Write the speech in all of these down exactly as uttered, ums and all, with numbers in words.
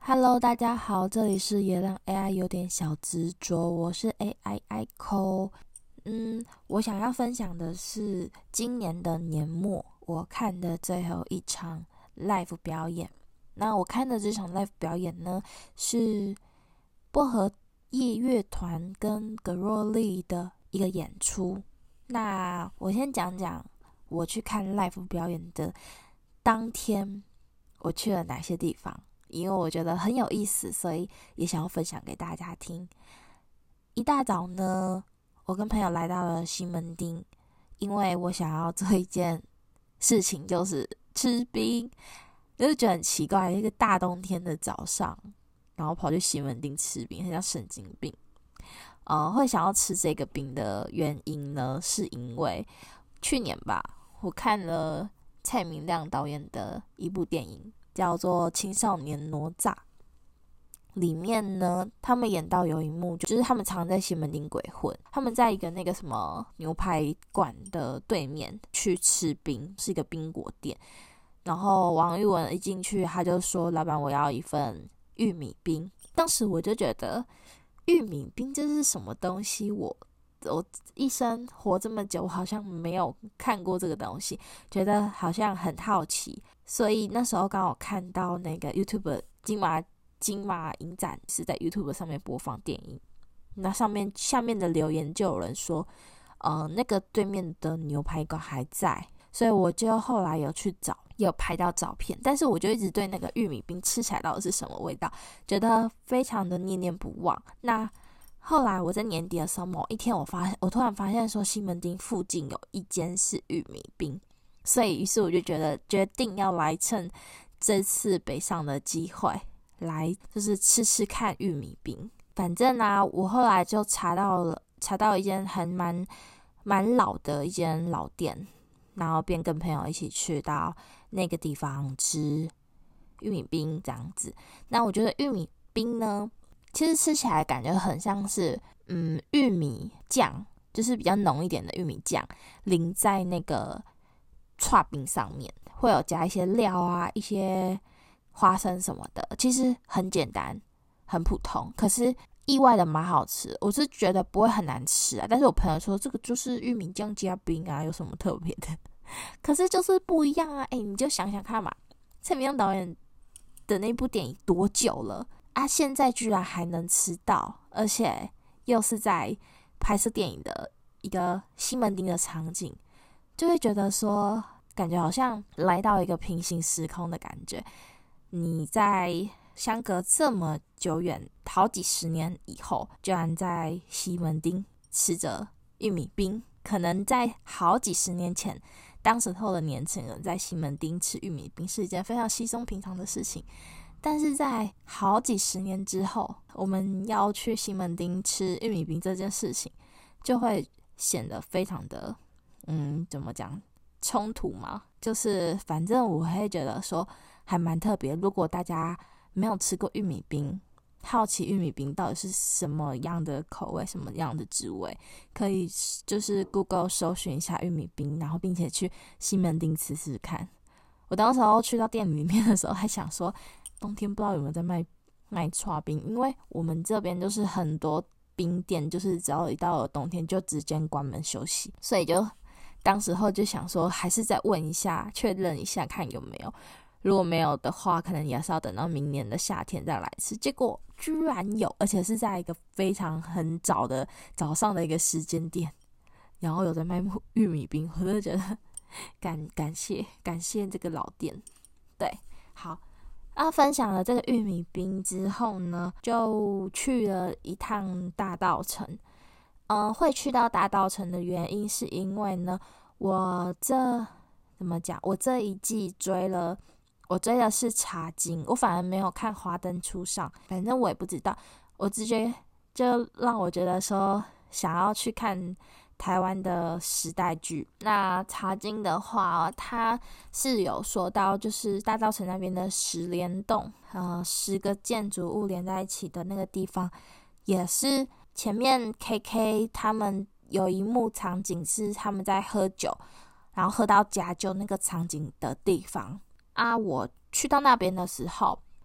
Hello， 大家好，这里是也让 A I 有点小执着，我是 A I Echo。嗯，我想要分享的是今年的年末我看的最后一场 live 表演。那我看的这场 live 表演呢，是薄荷夜乐团跟格若丽的一个演出。那我先讲讲我去看 live 表演的当天我去了哪些地方，因为我觉得很有意思，所以也想要分享给大家听。一大早呢，我跟朋友来到了西门町，因为我想要做一件事情，就是吃冰。就觉得很奇怪，一个大冬天的早上，然后跑去西门町吃冰，很像神经病。呃，会想要吃这个冰的原因呢，是因为去年吧，我看了蔡明亮导演的一部电影，叫做《青少年哪吒》。里面呢，他们演到有一幕，就是他们常在西门町鬼混，他们在一个那个什么牛排馆的对面去吃冰，是一个冰果店。然后王玉文一进去，他就说：“老板，我要一份玉米冰。”当时我就觉得，玉米冰这是什么东西？我我一生活这么久，好像没有看过这个东西，觉得好像很好奇。所以那时候刚好看到那个 YouTube 金马金马影展是在 YouTube 上面播放电影，那上面下面的留言就有人说，呃，那个对面的牛排馆还在，所以我就后来有去找，有拍到照片，但是我就一直对那个玉米冰吃起来到底是什么味道，觉得非常的念念不忘。那后来我在年底的时候，某一天我发现，我突然发现说西门町附近有一间是玉米冰，所以于是我就觉得决定要来趁这次北上的机会来就是吃吃看玉米冰。反正啊，我后来就查到了查到一间很蛮蛮老的一间老店，然后便跟朋友一起去到那个地方吃玉米冰这样子。那我觉得玉米冰呢，其实吃起来感觉很像是嗯玉米酱，就是比较浓一点的玉米酱淋在那个剉冰上面，会有加一些料啊，一些花生什么的，其实很简单很普通，可是意外的蛮好吃。我是觉得不会很难吃啊，但是我朋友说这个就是玉米酱加冰啊，有什么特别的？可是就是不一样啊！哎，你就想想看嘛，蔡明亮导演的那部电影多久了啊？现在居然还能吃到，而且又是在拍摄电影的一个西门町的场景，就会觉得说，感觉好像来到一个平行时空的感觉。你在相隔这么久远，好几十年以后，居然在西门町吃着玉米冰。可能在好几十年前，当时候的年轻人在西门町吃玉米冰是一件非常稀松平常的事情，但是在好几十年之后，我们要去西门町吃玉米冰这件事情，就会显得非常的，嗯，怎么讲，冲突嘛。就是反正我会觉得说还蛮特别。如果大家没有吃过玉米冰，好奇玉米冰到底是什么样的口味，什么样的滋味，可以就是 Google 搜寻一下玉米冰，然后并且去西门町吃吃看。我当时候去到店里面的时候还想说，冬天不知道有没有在卖卖剉冰，因为我们这边就是很多冰店就是只要一到了冬天就直接关门休息，所以就当时候就想说还是再问一下，确认一下看有没有，如果没有的话，可能也是要等到明年的夏天再来吃。结果居然有，而且是在一个非常很早的早上的一个时间点，然后有在卖玉米冰，我就觉得感感谢感谢这个老店。对，好，那分享了这个玉米冰之后呢，就去了一趟大稻埕。嗯，会去到大稻埕的原因是因为呢，我这怎么讲？我这一季追了。我追的是茶金，我反而没有看华灯初上，反正我也不知道，我直觉就让我觉得说想要去看台湾的时代剧。那茶金的话，它是有说到就是大稻埕那边的十连栋，呃，十个建筑物连在一起的那个地方，也是前面 K K 他们有一幕场景是他们在喝酒，然后喝到假酒那个场景的地方。啊，我去到那边的时候，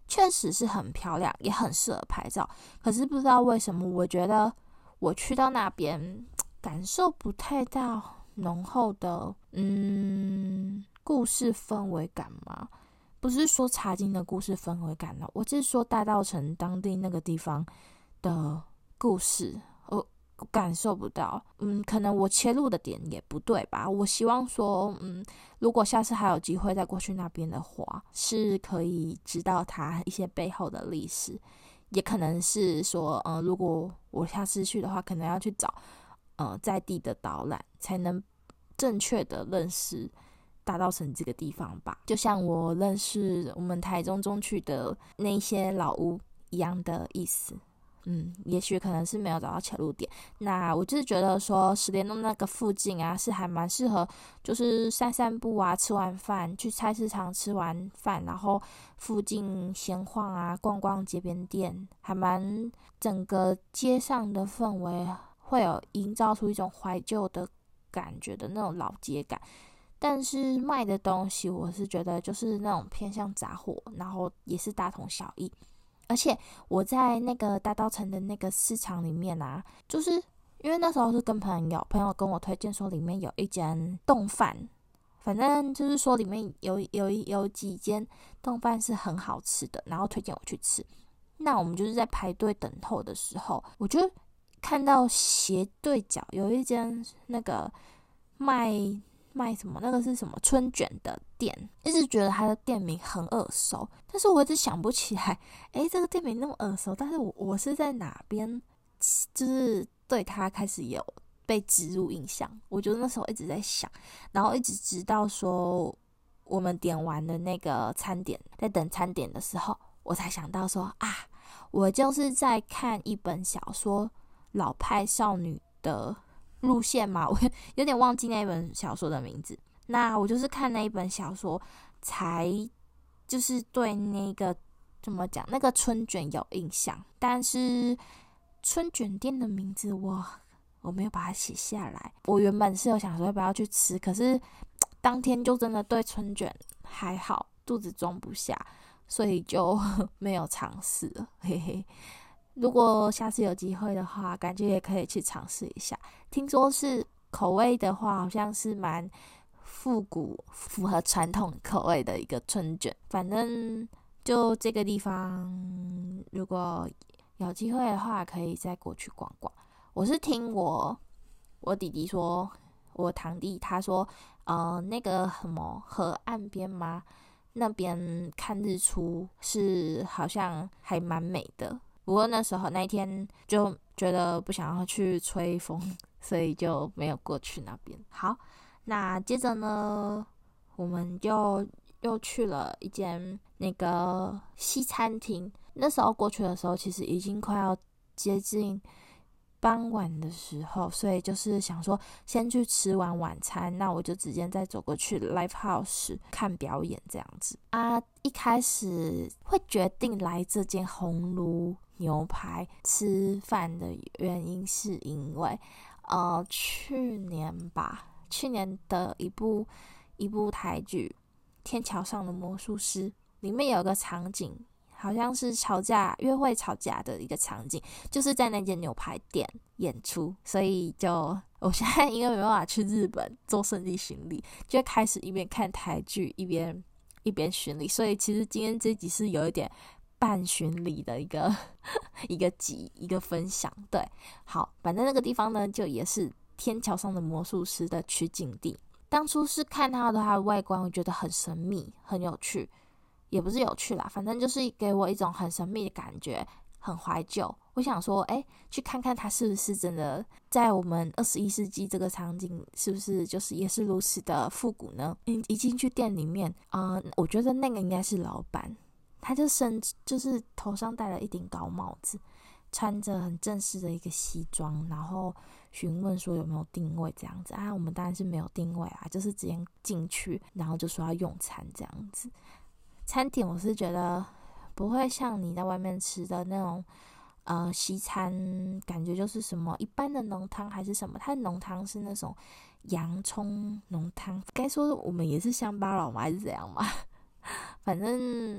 确实是很漂亮，也很适合拍照。可是不知道为什么，我觉得我去到那边感受不太到浓厚的嗯故事氛围感嘛。不是说茶金的故事氛围感呢，我是说大稻埕当地那个地方的故事，我感受不到。嗯，可能我切入的点也不对吧。我希望说，嗯，如果下次还有机会再过去那边的话，是可以知道它一些背后的历史，也可能是说，嗯，如果我下次去的话，可能要去找呃在地的导览，才能正确的认识大稻埕这个地方吧，就像我认识我们台中中区的那些老屋一样的意思。嗯，也许可能是没有找到切入点。那我就是觉得说，十联动那个附近啊，是还蛮适合，就是散散步啊，吃完饭去菜市场吃完饭，然后附近闲晃啊，逛逛街边店，还蛮整个街上的氛围会有营造出一种怀旧的感觉的那种老街感。但是卖的东西我是觉得就是那种偏向杂货，然后也是大同小异。而且我在那个大稻埕的那个市场里面啊，就是因为那时候是跟朋友，朋友跟我推荐说里面有一间冻饭，反正就是说里面有有有几间冻饭是很好吃的，然后推荐我去吃。那我们就是在排队等候的时候，我就看到斜对角有一间那个卖卖什么那个是什么春卷的店，一直觉得它的店名很耳熟，但是我一直想不起来，诶，这个店名那么耳熟，但是我我是在哪边就是对它开始有被植入印象，我觉得那时候一直在想，然后一直直到说我们点完的那个餐点，在等餐点的时候，我才想到说啊，我就是在看一本小说《老派少女》的路线嘛，我有点忘记那一本小说的名字。那我就是看那一本小说，才就是对那个怎么讲那个春卷有印象，但是春卷店的名字我我没有把它写下来。我原本是有想说要不要去吃，可是当天就真的对春卷还好，肚子装不下，所以就没有尝试了，嘿嘿。如果下次有机会的话，感觉也可以去尝试一下。听说是口味的话，好像是蛮复古、符合传统口味的一个春卷。反正就这个地方，如果有机会的话，可以再过去逛逛。我是听我我弟弟说，我堂弟他说，呃，那个什么河岸边吗？那边看日出是好像还蛮美的。不过那时候那一天就觉得不想要去吹风，所以就没有过去那边。好，那接着呢，我们就又去了一间那个西餐厅。那时候过去的时候，其实已经快要接近傍晚的时候，所以就是想说先去吃完晚餐，那我就直接再走过去 live house 看表演这样子啊。一开始会决定来这间红炉牛排吃饭的原因是因为呃去年吧，去年的一部一部台剧《天桥上的魔术师》里面有个场景，好像是吵架约会吵架的一个场景，就是在那间牛排店演出，所以就我现在因为没办法去日本做圣地巡礼，就开始一边看台剧一边一边巡礼，所以其实今天这集是有一点半巡礼的一个一个集一个分享。对，好，反正那个地方呢，就也是天桥上的魔术师的取景地。当初是看到的它的外观，我觉得很神秘，很有趣。也不是有趣啦，反正就是给我一种很神秘的感觉，很怀旧。我想说，哎，去看看它是不是真的在我们二十一世纪这个场景，是不是就是也是如此的复古呢？嗯，一进去店里面，呃，我觉得那个应该是老板，他就身就是头上戴了一顶高帽子，穿着很正式的一个西装，然后询问说有没有定位这样子啊。我们当然是没有定位啊，就是直接进去，然后就说要用餐这样子。餐点我是觉得不会像你在外面吃的那种呃西餐，感觉就是什么一般的浓汤还是什么，它的浓汤是那种洋葱浓汤，该说我们也是乡巴佬吗还是怎样嘛？反正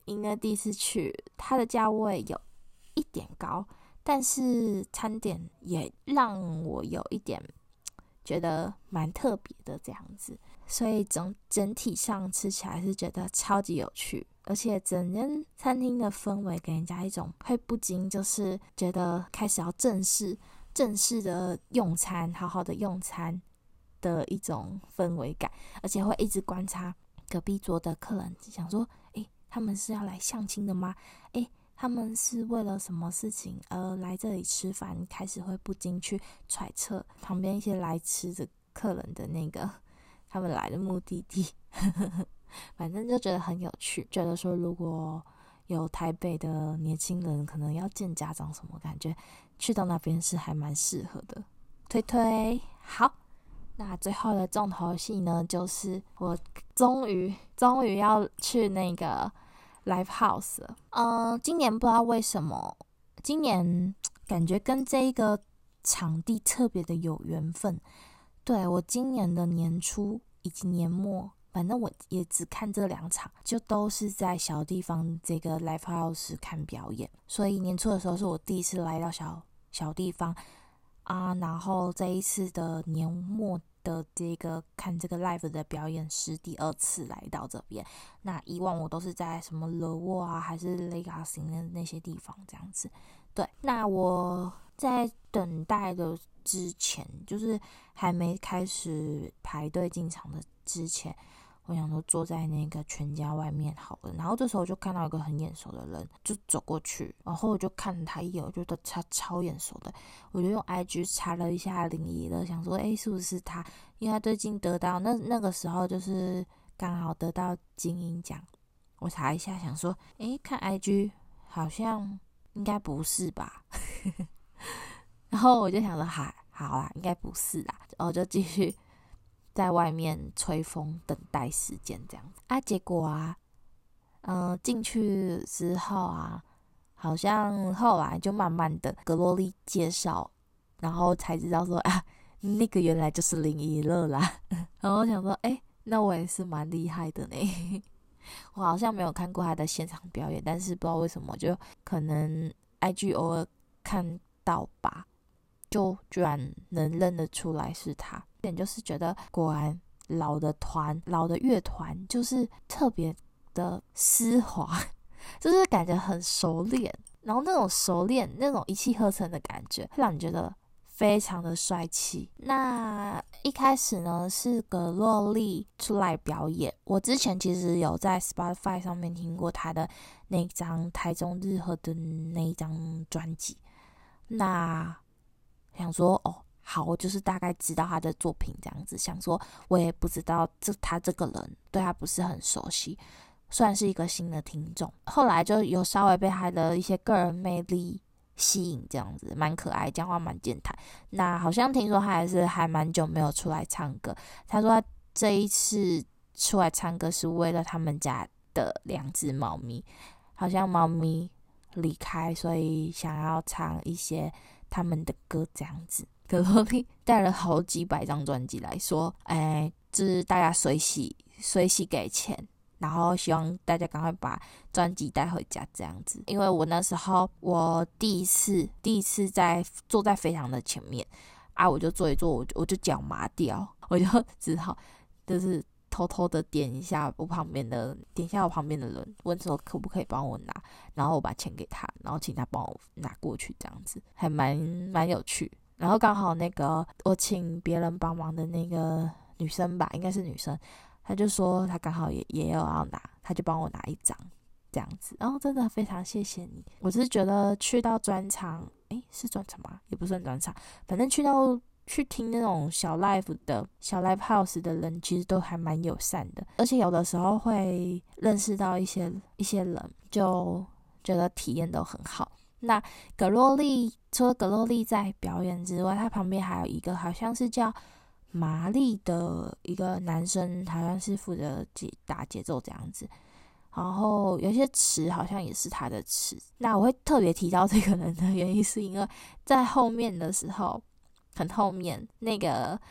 因为第一次去，它的价位有一点高，但是餐点也让我有一点觉得蛮特别的这样子，所以整整体上吃起来是觉得超级有趣，而且整间餐厅的氛围给人家一种会不禁就是觉得开始要正式正式的用餐，好好的用餐的一种氛围感，而且会一直观察隔壁桌的客人，想说诶他们是要来相亲的吗？诶他们是为了什么事情而来这里吃饭？开始会不禁去揣测旁边一些来吃的客人的那个他们来的目的地反正就觉得很有趣，觉得说如果有台北的年轻人可能要见家长什么，感觉去到那边是还蛮适合的，推推。好，那最后的重头戏呢，就是我终于终于要去那个 Live House 了。嗯，今年不知道为什么，今年感觉跟这一个场地特别的有缘分。对，我今年的年初以及年末，反正我也只看这两场，就都是在小地方这个 Live House 看表演。所以年初的时候是我第一次来到小小地方啊，然后这一次的年末的这个看这个 live 的表演是第二次来到这边。那以往我都是在什么乐沃啊，还是 Legacy 的那些地方这样子。对，那我在等待的之前，就是还没开始排队进场的之前，我想说坐在那个全家外面好了，然后这时候我就看到一个很眼熟的人，就走过去，然后我就看了他一眼，我觉得他超眼熟的，我就用 I G 查了一下林怡乐，想说诶是不是他，因为他最近得到那那个时候就是刚好得到金鹰奖，我查一下想说诶看 I G 好像应该不是吧然后我就想说好好啦，应该不是啦，然后我就继续在外面吹风等待时间这样子啊，结果啊，嗯、呃，进去之后啊，好像后来就慢慢的格洛丽介绍，然后才知道说啊，那个原来就是林怡乐啦。然后我想说，哎，那我也是蛮厉害的呢。我好像没有看过他的现场表演，但是不知道为什么，就可能 I G 偶尔看到吧，就居然能认得出来是他。点就是觉得果然老的团老的乐团就是特别的丝滑，就是感觉很熟练，然后那种熟练那种一气呵成的感觉让你觉得非常的帅气。那一开始呢是格洛丽出来表演，我之前其实有在 Spotify 上面听过他的那张台中日和的那一张专辑，那想说哦好，我就是大概知道他的作品这样子，想说我也不知道这他这个人，对他不是很熟悉，算是一个新的听众。后来就有稍微被他的一些个人魅力吸引，这样子蛮可爱，讲话蛮健谈。那好像听说他还是还蛮久没有出来唱歌，他说他这一次出来唱歌是为了他们家的两只猫咪，好像猫咪离开，所以想要唱一些他们的歌这样子。格洛丽带了好几百张专辑来说，哎，就是大家随喜随喜给钱，然后希望大家赶快把专辑带回家这样子。因为我那时候我第一次第一次在坐在非常的前面啊，我就坐一坐，我就我就脚麻掉，我就只好就是偷偷的点一下我旁边的点一下我旁边的人，问说可不可以帮我拿，然后我把钱给他，然后请他帮我拿过去这样子，还蛮蛮有趣。然后刚好那个我请别人帮忙的那个女生吧，应该是女生，她就说她刚好也也有要拿，她就帮我拿一张这样子。然后真的非常谢谢你，我只是觉得去到专场，诶是专场吗？也不算专场，反正去到去听那种小 live 的小 live house 的人，其实都还蛮友善的，而且有的时候会认识到一些一些人，就觉得体验都很好。那格洛丽除了格洛丽在表演之外，他旁边还有一个好像是叫麻利的一个男生，好像是负责打节奏这样子，然后有些词好像也是他的词。那我会特别提到这个人的原因是因为在后面的时候，很后面那个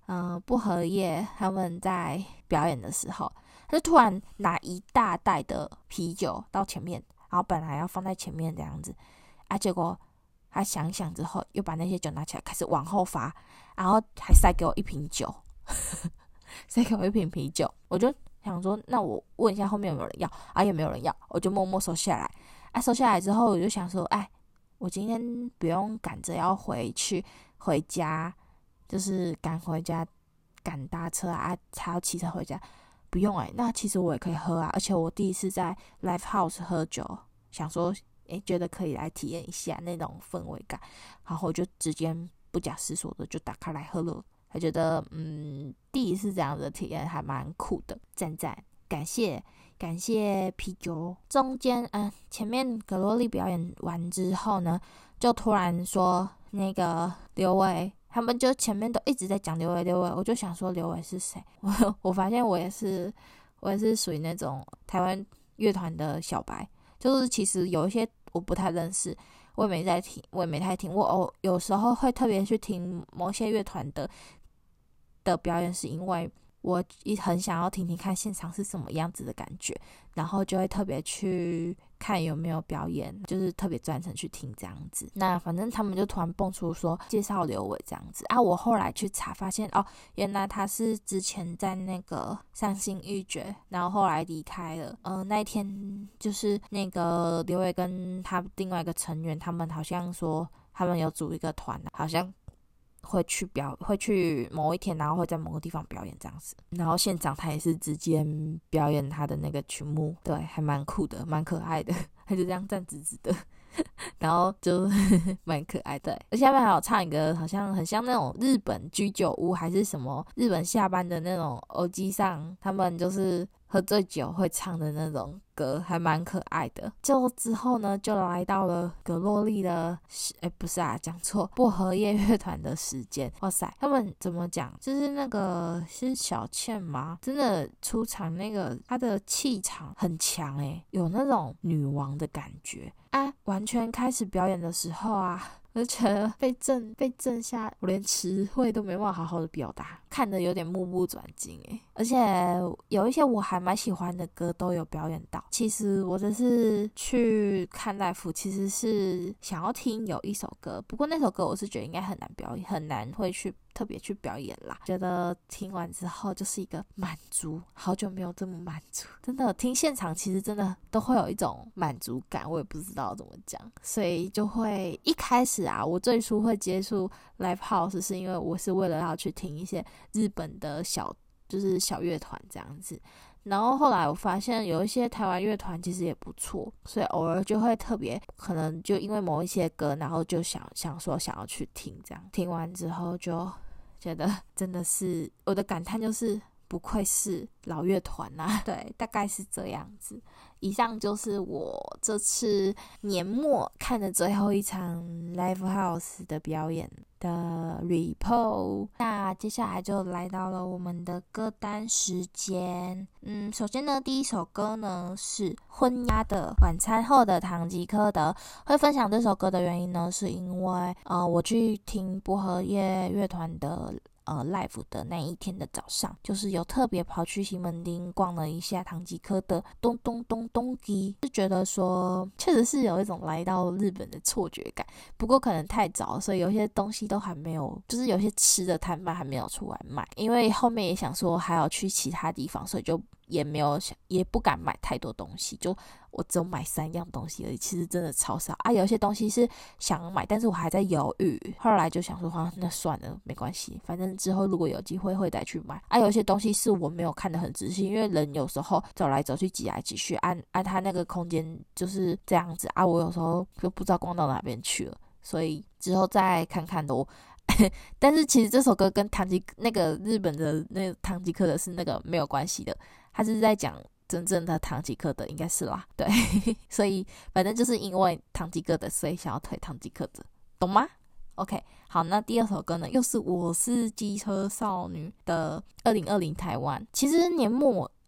嗯、呃、不合业他们在表演的时候，他就突然拿一大袋的啤酒到前面，然后本来要放在前面这样子啊，结果他想一想之后，又把那些酒拿起来开始往后发，然后还塞给我一瓶酒，塞给我一瓶啤酒，我就想说，那我问一下后面有没有人要啊，也没有人要，我就默默收下来。啊，收下来之后，我就想说，哎，我今天不用赶着要回去回家，就是赶回家赶搭车啊，才要骑车回家，不用哎、欸，那其实我也可以喝啊，而且我第一次在 live house 喝酒，想说。诶，觉得可以来体验一下那种氛围感，然后我就直接不假思索的就打开来喝了。还觉得嗯，第一次这样的体验还蛮酷的，赞赞，感谢感谢啤酒。中间嗯，前面格洛丽表演完之后呢，就突然说那个刘伟，他们就前面都一直在讲刘伟刘伟，我就想说刘伟是谁？我我发现我也是我也是属于那种台湾乐团的小白。就是其实有一些我不太认识，我也没在听，我也没太听。我哦，有时候会特别去听某些乐团的的表演，是因为我很想要听听看现场是什么样子的感觉，然后就会特别去看有没有表演，就是特别专程去听这样子。那反正他们就突然蹦出说介绍刘伟这样子啊，我后来去查发现哦，原来他是之前在那个伤心欲绝，然后后来离开了。呃，那一天就是那个刘伟跟他另外一个成员，他们好像说他们有组一个团，好像。会去表会去某一天，然后会在某个地方表演这样子，然后现场他也是直接表演他的那个曲目，对，还蛮酷的，蛮可爱的，他就这样站直直的，然后就蛮可爱的。而且他们还有唱一个好像很像那种日本居酒屋还是什么日本下班的那种欧吉上，他们就是喝醉酒会唱的那种歌，还蛮可爱的。就之后呢，就来到了格洛丽的，哎，不是啊，讲错，薄荷叶乐团的时间。哇塞，他们怎么讲？就是那个是小倩吗？真的出场那个她的气场很强哎，有那种女王的感觉啊！完全开始表演的时候啊。我就觉得被震被震下，我连词汇都没办法好好的表达，看得有点目不转睛诶。而且有一些我还蛮喜欢的歌都有表演到。其实我这次去看 live， 其实是想要听有一首歌，不过那首歌我是觉得应该很难表演，很难会去特别去表演啦。觉得听完之后就是一个满足，好久没有这么满足，真的听现场其实真的都会有一种满足感，我也不知道怎么讲，所以就会一开始啊，我最初会接触 live house 是因为我是为了要去听一些日本的小就是小乐团这样子，然后后来我发现有一些台湾乐团其实也不错，所以偶尔就会特别可能就因为某一些歌，然后就想想说想要去听，这样听完之后就觉得真的是我的感叹就是不愧是老乐团啊，对，大概是这样子。以上就是我这次年末看的最后一场 Live House 的表演的 report。 那接下来就来到了我们的歌单时间。嗯，首先呢，第一首歌呢是昏鸦的晚餐后的唐吉诃德。会分享这首歌的原因呢，是因为呃我去听薄荷叶乐团的呃 live 的那一天的早上，就是有特别跑去西门町逛了一下唐吉诃德，咚咚咚咚滴，是觉得说确实是有一种来到日本的错觉感。不过可能太早，所以有些东西都还没有，就是有些吃的摊贩还没有出来卖。因为后面也想说还要去其他地方，所以就也没有也不敢买太多东西，就我只有买三样东西而已，其实真的超少啊。有些东西是想买，但是我还在犹豫，后来就想说啊，那算了，没关系，反正之后如果有机会会再去买啊。有些东西是我没有看得很仔细，因为人有时候走来走去挤来挤去，按按他那个空间就是这样子啊，我有时候就不知道逛到哪边去了，所以之后再看看的。但是其实这首歌跟唐吉那个日本的那个唐吉诃德是那个没有关系的，他是在讲真正的唐吉诃德，应该是啦，对，所以反正就是因为唐吉诃德，所以想要推唐吉诃德，懂吗 ？OK， 好，那第二首歌呢，又是我是机车少女的二零二零台湾。其实年末。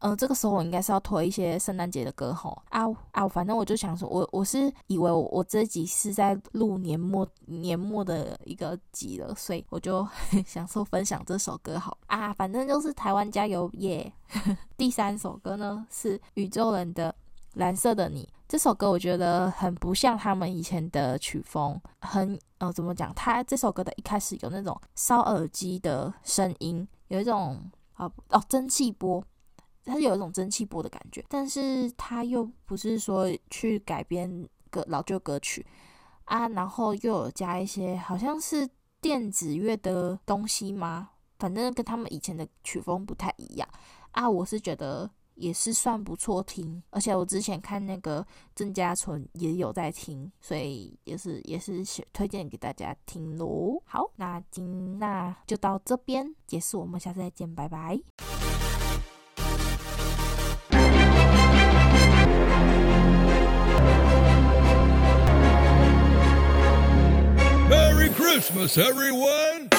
呃，这个时候我应该是要推一些圣诞节的歌吼啊啊！反正我就想说，我我是以为我我这集是在录年末年末的一个集了，所以我就想说分享这首歌好啊。反正就是台湾加油耶！第三首歌呢是宇宙人的蓝色的你，这首歌我觉得很不像他们以前的曲风，很呃怎么讲？他这首歌的一开始有那种烧耳机的声音，有一种啊哦蒸汽波。它是有一种蒸汽波的感觉，但是它又不是说去改编歌老旧歌曲啊，然后又有加一些好像是电子乐的东西吗？反正跟他们以前的曲风不太一样啊，我是觉得也是算不错听，而且我之前看那个郑家纯也有在听，所以也是也是推荐给大家听咯。好，那今那就到这边结束，我们下次再见，拜拜。 Merry Christmas, everyone!